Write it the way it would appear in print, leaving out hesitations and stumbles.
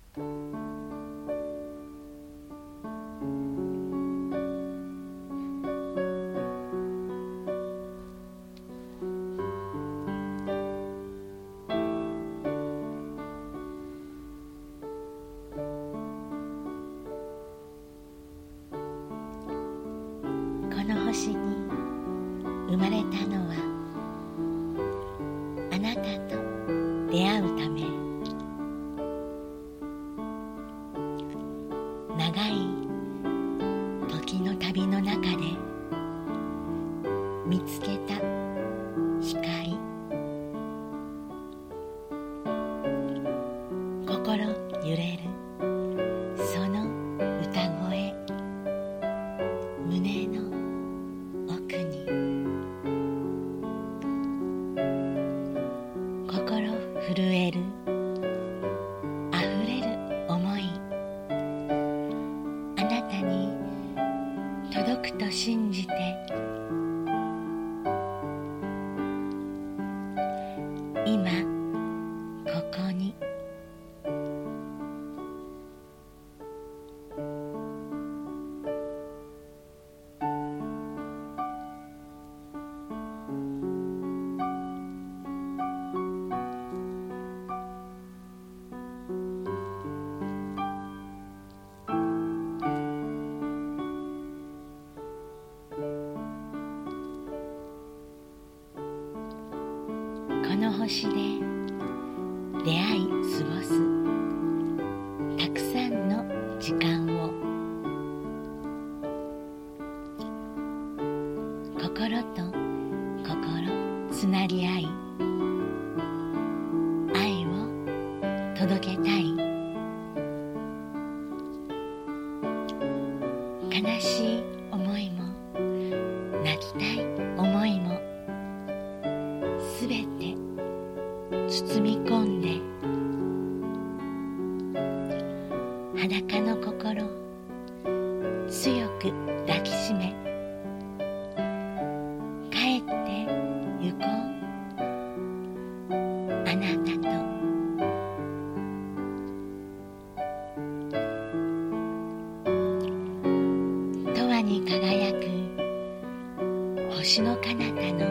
この星に生まれたのはあなたと出会うため。長い時の旅の中で見つけた光。心揺れるその歌声。胸の奥に心震えるあふれる想い。あなたに届くと信じて。今ここにこの星で出会い過ごすたくさんの時間を。心と心つなぎ合い、愛を届けたい。悲しい思いも泣きたい思いもすべて包み込んで。裸の心強く抱きしめ。帰ってゆこうあなたと。永遠に輝く星の彼方の